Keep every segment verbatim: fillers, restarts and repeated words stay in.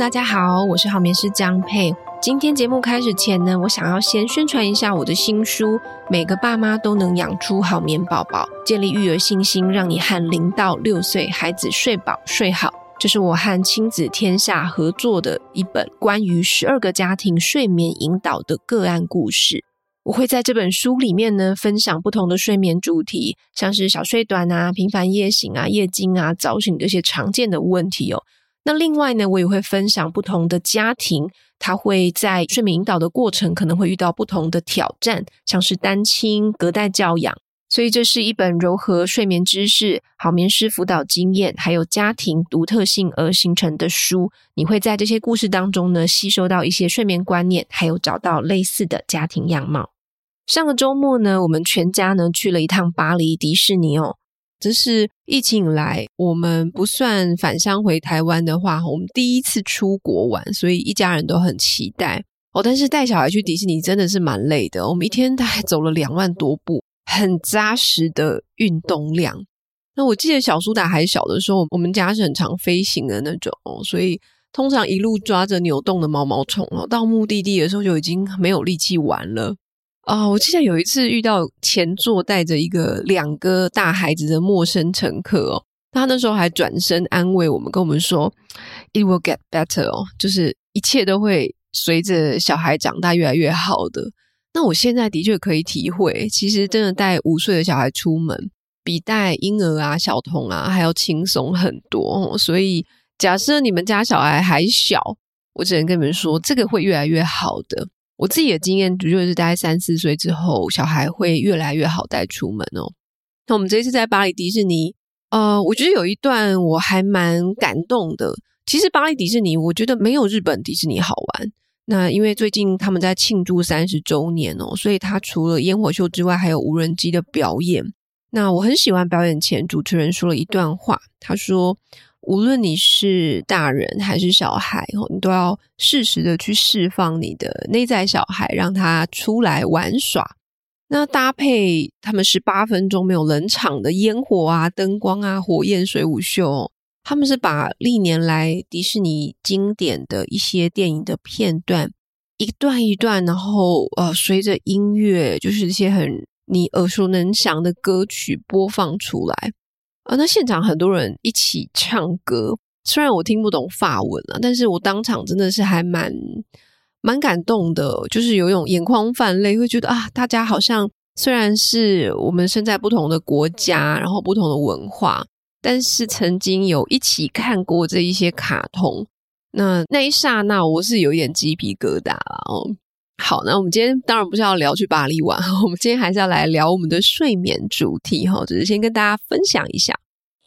大家好，我是好眠师江佩。今天节目开始前呢，我想要先宣传一下我的新书《每个爸妈都能养出好眠宝宝》，建立育儿信心，让你和零到六岁孩子睡饱睡好。这是我和亲子天下合作的一本关于十二个家庭睡眠引导的个案故事。我会在这本书里面呢，分享不同的睡眠主题，像是小睡短啊、频繁夜醒啊、夜惊啊、早醒这些常见的问题哦。那另外呢，我也会分享不同的家庭，他会在睡眠引导的过程可能会遇到不同的挑战，像是单亲、隔代教养。所以这是一本糅合睡眠知识、好眠师辅导经验，还有家庭独特性而形成的书。你会在这些故事当中呢，吸收到一些睡眠观念，还有找到类似的家庭样貌。上个周末呢，我们全家呢去了一趟巴黎迪士尼哦。这是疫情以来我们不算返乡回台湾的话，我们第一次出国玩，所以一家人都很期待哦。但是带小孩去迪士尼真的是蛮累的，我们一天大概走了两万多步，很扎实的运动量。那我记得小苏打还小的时候，我们家是很常飞行的那种哦，所以通常一路抓着扭动的毛毛虫哦，到目的地的时候就已经没有力气玩了。啊、哦，我记得有一次遇到前座带着一个两个大孩子的陌生乘客哦，他那时候还转身安慰我们，跟我们说 It will get better 哦，就是一切都会随着小孩长大越来越好的。那我现在的确可以体会，其实真的带五岁的小孩出门比带婴儿啊、小童啊还要轻松很多哦。所以假设你们家小孩还小，我只能跟你们说这个会越来越好的。我自己的经验就是大概三四岁之后小孩会越来越好带出门哦。那我们这一次在巴黎迪士尼呃，我觉得有一段我还蛮感动的。其实巴黎迪士尼我觉得没有日本迪士尼好玩，那因为最近他们在庆祝三十周年哦，所以他除了烟火秀之外还有无人机的表演。那我很喜欢表演前主持人说了一段话，他说无论你是大人还是小孩，你都要适时的去释放你的内在小孩，让他出来玩耍。那搭配他们十八分钟没有冷场的烟火啊、灯光啊、火焰水舞秀，他们是把历年来迪士尼经典的一些电影的片段一段一段，然后呃，随着音乐就是一些很你耳熟能详的歌曲播放出来。啊，那现场很多人一起唱歌，虽然我听不懂法文啊，但是我当场真的是还蛮蛮感动的，就是有一种眼眶泛泪，会觉得啊，大家好像虽然是我们身在不同的国家，然后不同的文化，但是曾经有一起看过这一些卡通，那那一刹那我是有一点鸡皮疙瘩啦哦。好，那我们今天当然不是要聊去巴黎玩，我们今天还是要来聊我们的睡眠主题，只是先跟大家分享一下。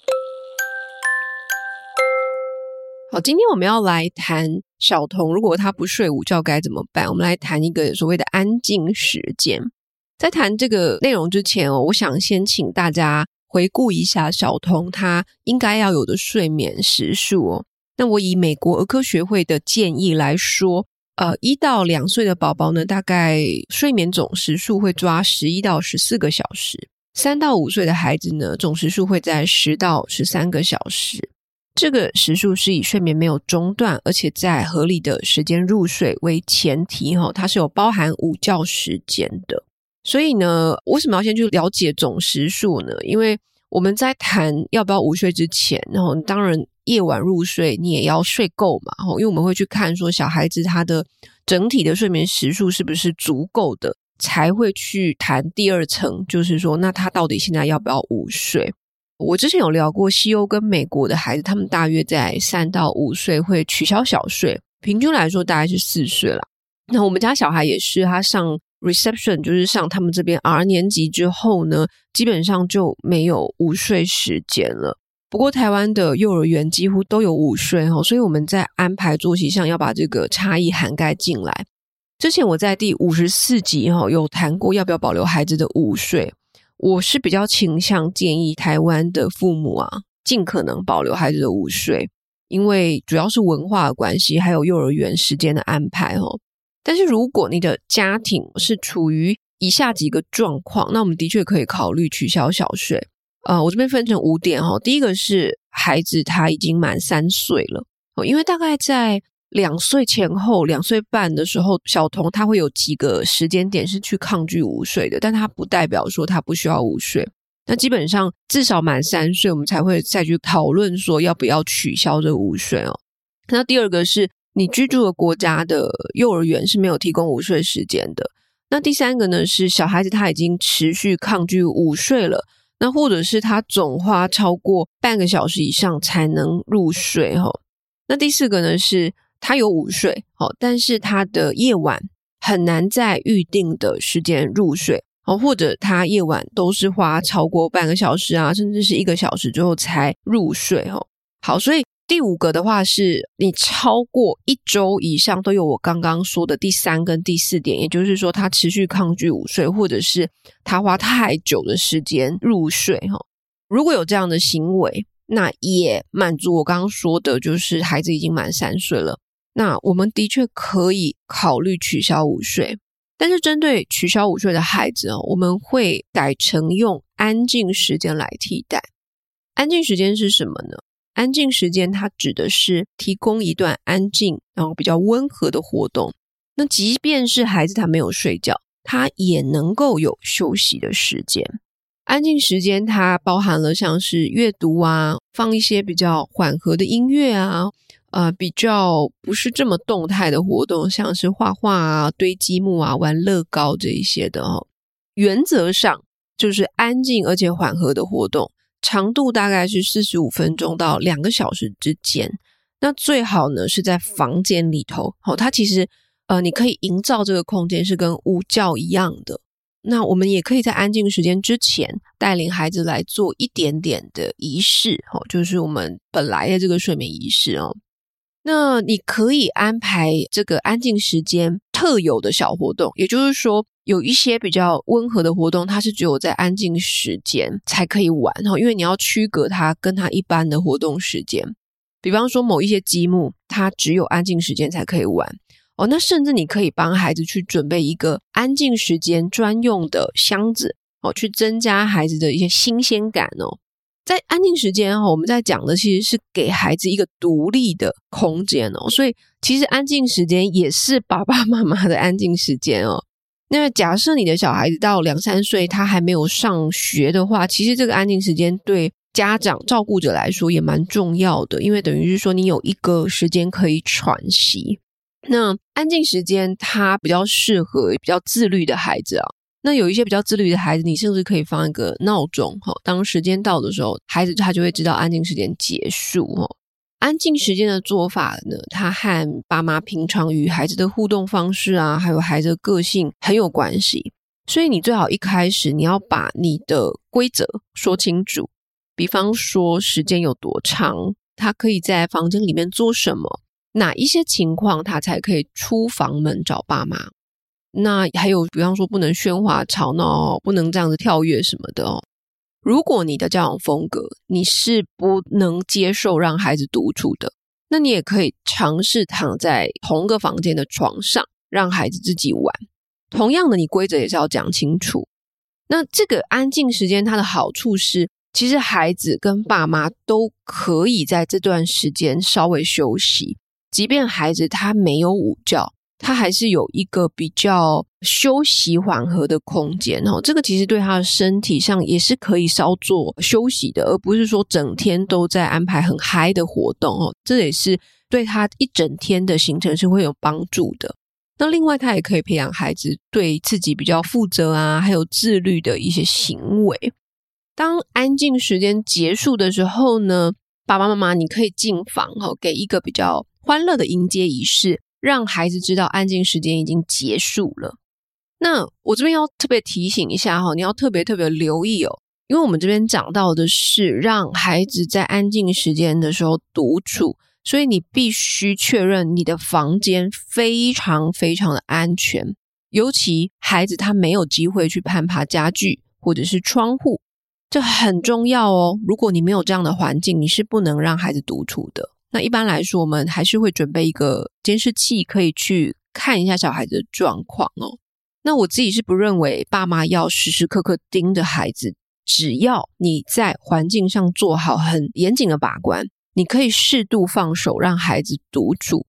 好，今天我们要来谈小童如果他不睡午觉该怎么办，我们来谈一个所谓的安静时间。在谈这个内容之前哦，我想先请大家回顾一下小童他应该要有的睡眠时数哦。那我以美国儿科学会的建议来说，呃，一到两岁的宝宝呢，大概睡眠总时数会抓十一到十四个小时。三到五岁的孩子呢，总时数会在十到十三个小时。这个时数是以睡眠没有中断，而且在合理的时间入睡为前提齁，它是有包含午觉时间的。所以呢，为什么要先去了解总时数呢？因为我们在谈要不要午睡之前，然后当然夜晚入睡你也要睡够嘛，因为我们会去看说小孩子他的整体的睡眠时数是不是足够的，才会去谈第二层，就是说那他到底现在要不要午睡。我之前有聊过西欧跟美国的孩子，他们大约在三到五岁会取消小睡，平均来说大概是四岁啦。那我们家小孩也是，他上 reception 就是上他们这边 R 年级之后呢，基本上就没有午睡时间了。不过台湾的幼儿园几乎都有午睡，所以我们在安排作息上要把这个差异涵盖进来。之前我在第五十四集有谈过要不要保留孩子的午睡，我是比较倾向建议台湾的父母啊，尽可能保留孩子的午睡，因为主要是文化的关系，还有幼儿园时间的安排哦。但是如果你的家庭是处于以下几个状况，那我们的确可以考虑取消小睡。呃，我这边分成五点哦。第一个是孩子他已经满三岁了哦，因为大概在两岁前后两岁半的时候，小童他会有几个时间点是去抗拒午睡的，但他不代表说他不需要午睡。那基本上至少满三岁我们才会再去讨论说要不要取消这个午睡哦。那第二个是你居住的国家的幼儿园是没有提供午睡时间的。那第三个呢是小孩子他已经持续抗拒午睡了，那或者是他总花超过半个小时以上才能入睡哦。那第四个呢是他有午睡哦，但是他的夜晚很难在预定的时间入睡哦，或者他夜晚都是花超过半个小时啊，甚至是一个小时之后才入睡哦。好，所以第五个的话是你超过一周以上都有我刚刚说的第三跟第四点，也就是说他持续抗拒午睡，或者是他花太久的时间入睡哦。如果有这样的行为，那也满足我刚刚说的，就是孩子已经满三岁了，那我们的确可以考虑取消午睡。但是针对取消午睡的孩子哦，我们会改成用安静时间来替代。安静时间是什么呢？安静时间它指的是提供一段安静然后比较温和的活动，那即便是孩子他没有睡觉，他也能够有休息的时间。安静时间它包含了像是阅读啊，放一些比较缓和的音乐啊，呃，比较不是这么动态的活动，像是画画啊、堆积木啊、玩乐高这一些的哦。原则上就是安静而且缓和的活动，长度大概是四十五分钟到两个小时之间。那最好呢是在房间里头哦，它其实呃，你可以营造这个空间是跟午觉一样的。那我们也可以在安静时间之前带领孩子来做一点点的仪式哦，就是我们本来的这个睡眠仪式哦。那你可以安排这个安静时间特有的小活动，也就是说有一些比较温和的活动它是只有在安静时间才可以玩哦，因为你要区隔它跟它一般的活动时间。比方说某一些积木它只有安静时间才可以玩哦，那甚至你可以帮孩子去准备一个安静时间专用的箱子哦，去增加孩子的一些新鲜感哦。在安静时间哦，我们在讲的其实是给孩子一个独立的空间哦，所以其实安静时间也是爸爸妈妈的安静时间哦。那假设你的小孩子到两三岁他还没有上学的话，其实这个安静时间对家长照顾者来说也蛮重要的，因为等于是说你有一个时间可以喘息。那安静时间它比较适合比较自律的孩子啊，那有一些比较自律的孩子，你甚至可以放一个闹钟哦，当时间到的时候，孩子他就会知道安静时间结束哦。安静时间的做法呢，它和爸妈平常与孩子的互动方式啊，还有孩子的个性很有关系，所以你最好一开始你要把你的规则说清楚，比方说时间有多长，他可以在房间里面做什么，哪一些情况他才可以出房门找爸妈，那还有比方说不能喧哗吵闹，不能这样子跳跃什么的哦。如果你的教养风格你是不能接受让孩子独处的，那你也可以尝试躺在同个房间的床上让孩子自己玩，同样的你规则也是要讲清楚。那这个安静时间它的好处是，其实孩子跟爸妈都可以在这段时间稍微休息，即便孩子他没有午觉，他还是有一个比较休息缓和的空间哦。这个其实对他的身体上也是可以稍作休息的，而不是说整天都在安排很嗨的活动哦。这也是对他一整天的行程是会有帮助的。那另外他也可以培养孩子对自己比较负责啊，还有自律的一些行为。当安静时间结束的时候呢，爸爸妈妈你可以进房哦，给一个比较欢乐的迎接仪式，让孩子知道安静时间已经结束了。那我这边要特别提醒一下哦，你要特别特别留意哦，因为我们这边讲到的是让孩子在安静时间的时候独处，所以你必须确认你的房间非常非常的安全，尤其孩子他没有机会去攀爬家具或者是窗户，这很重要哦。如果你没有这样的环境，你是不能让孩子独处的。那一般来说我们还是会准备一个监视器，可以去看一下小孩子的状况哦。那我自己是不认为爸妈要时时刻刻盯着孩子，只要你在环境上做好很严谨的把关，你可以适度放手让孩子独处。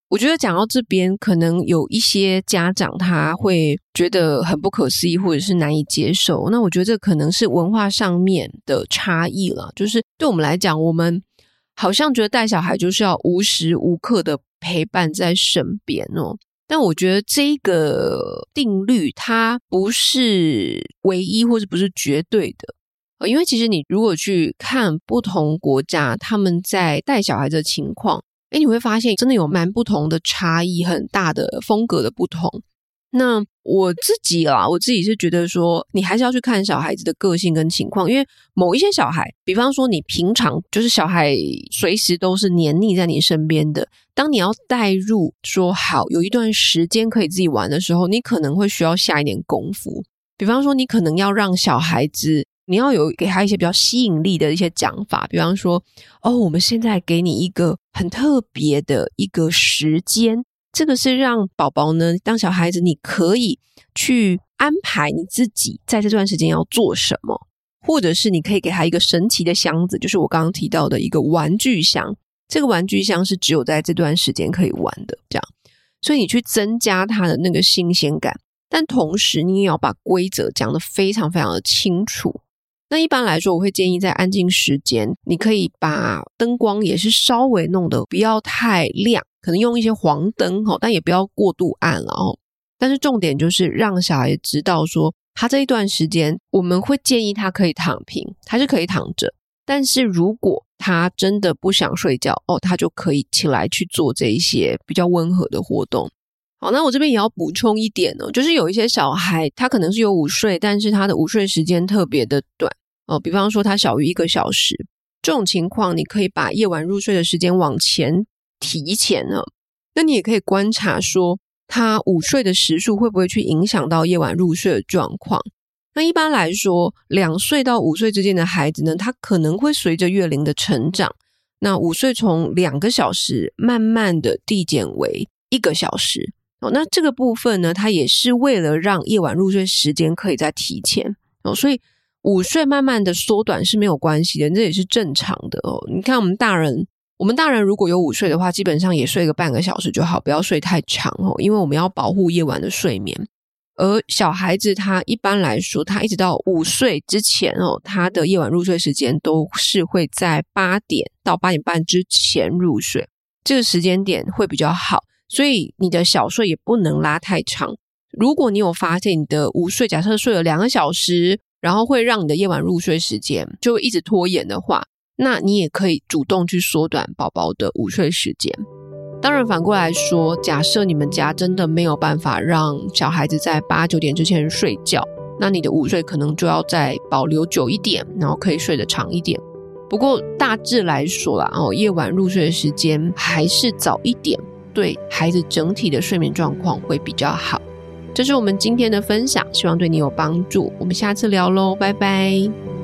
我觉得讲到这边，可能有一些家长他会觉得很不可思议或者是难以接受，那我觉得这可能是文化上面的差异了，就是对我们来讲，我们好像觉得带小孩就是要无时无刻的陪伴在身边哦。但我觉得这个定律它不是唯一或者不是绝对的，因为其实你如果去看不同国家他们在带小孩的情况，诶，你会发现真的有蛮不同的差异，很大的风格的不同。那我自己啦，我自己是觉得说你还是要去看小孩子的个性跟情况，因为某一些小孩，比方说你平常就是小孩随时都是黏腻在你身边的，当你要带入说好有一段时间可以自己玩的时候，你可能会需要下一点功夫。比方说你可能要让小孩子，你要有给他一些比较吸引力的一些讲法，比方说哦，我们现在给你一个很特别的一个时间，这个是让宝宝呢，当小孩子你可以去安排你自己在这段时间要做什么，或者是你可以给他一个神奇的箱子，就是我刚刚提到的一个玩具箱，这个玩具箱是只有在这段时间可以玩的，这样，所以你去增加他的那个新鲜感，但同时你也要把规则讲得非常非常的清楚。那一般来说我会建议在安静时间，你可以把灯光也是稍微弄得不要太亮，可能用一些黄灯，但也不要过度暗了。但是重点就是让小孩知道说他这一段时间我们会建议他可以躺平，他是可以躺着，但是如果他真的不想睡觉哦，他就可以起来去做这一些比较温和的活动。好，那我这边也要补充一点哦，就是有一些小孩他可能是有午睡，但是他的午睡时间特别的短哦，比方说他小于一个小时，这种情况你可以把夜晚入睡的时间往前提前了。那你也可以观察说他午睡的时数会不会去影响到夜晚入睡的状况。那一般来说两岁到五岁之间的孩子呢，他可能会随着月龄的成长，那午睡从两个小时慢慢的递减为一个小时哦，那这个部分呢，它也是为了让夜晚入睡时间可以再提前哦，所以午睡慢慢的缩短是没有关系的，这也是正常的哦。你看我们大人，我们大人如果有午睡的话，基本上也睡个半个小时就好，不要睡太长哦，因为我们要保护夜晚的睡眠。而小孩子他一般来说，他一直到五岁之前哦，他的夜晚入睡时间都是会在八点到八点半之前入睡，这个时间点会比较好。所以你的小睡也不能拉太长。如果你有发现你的午睡假设睡了两个小时，然后会让你的夜晚入睡时间就一直拖延的话，那你也可以主动去缩短宝宝的午睡时间。当然反过来说，假设你们家真的没有办法让小孩子在八九点之前睡觉，那你的午睡可能就要再保留久一点，然后可以睡得长一点。不过大致来说啦，哦，夜晚入睡的时间还是早一点，对孩子整体的睡眠状况会比较好。这是我们今天的分享，希望对你有帮助。我们下次聊咯，拜拜。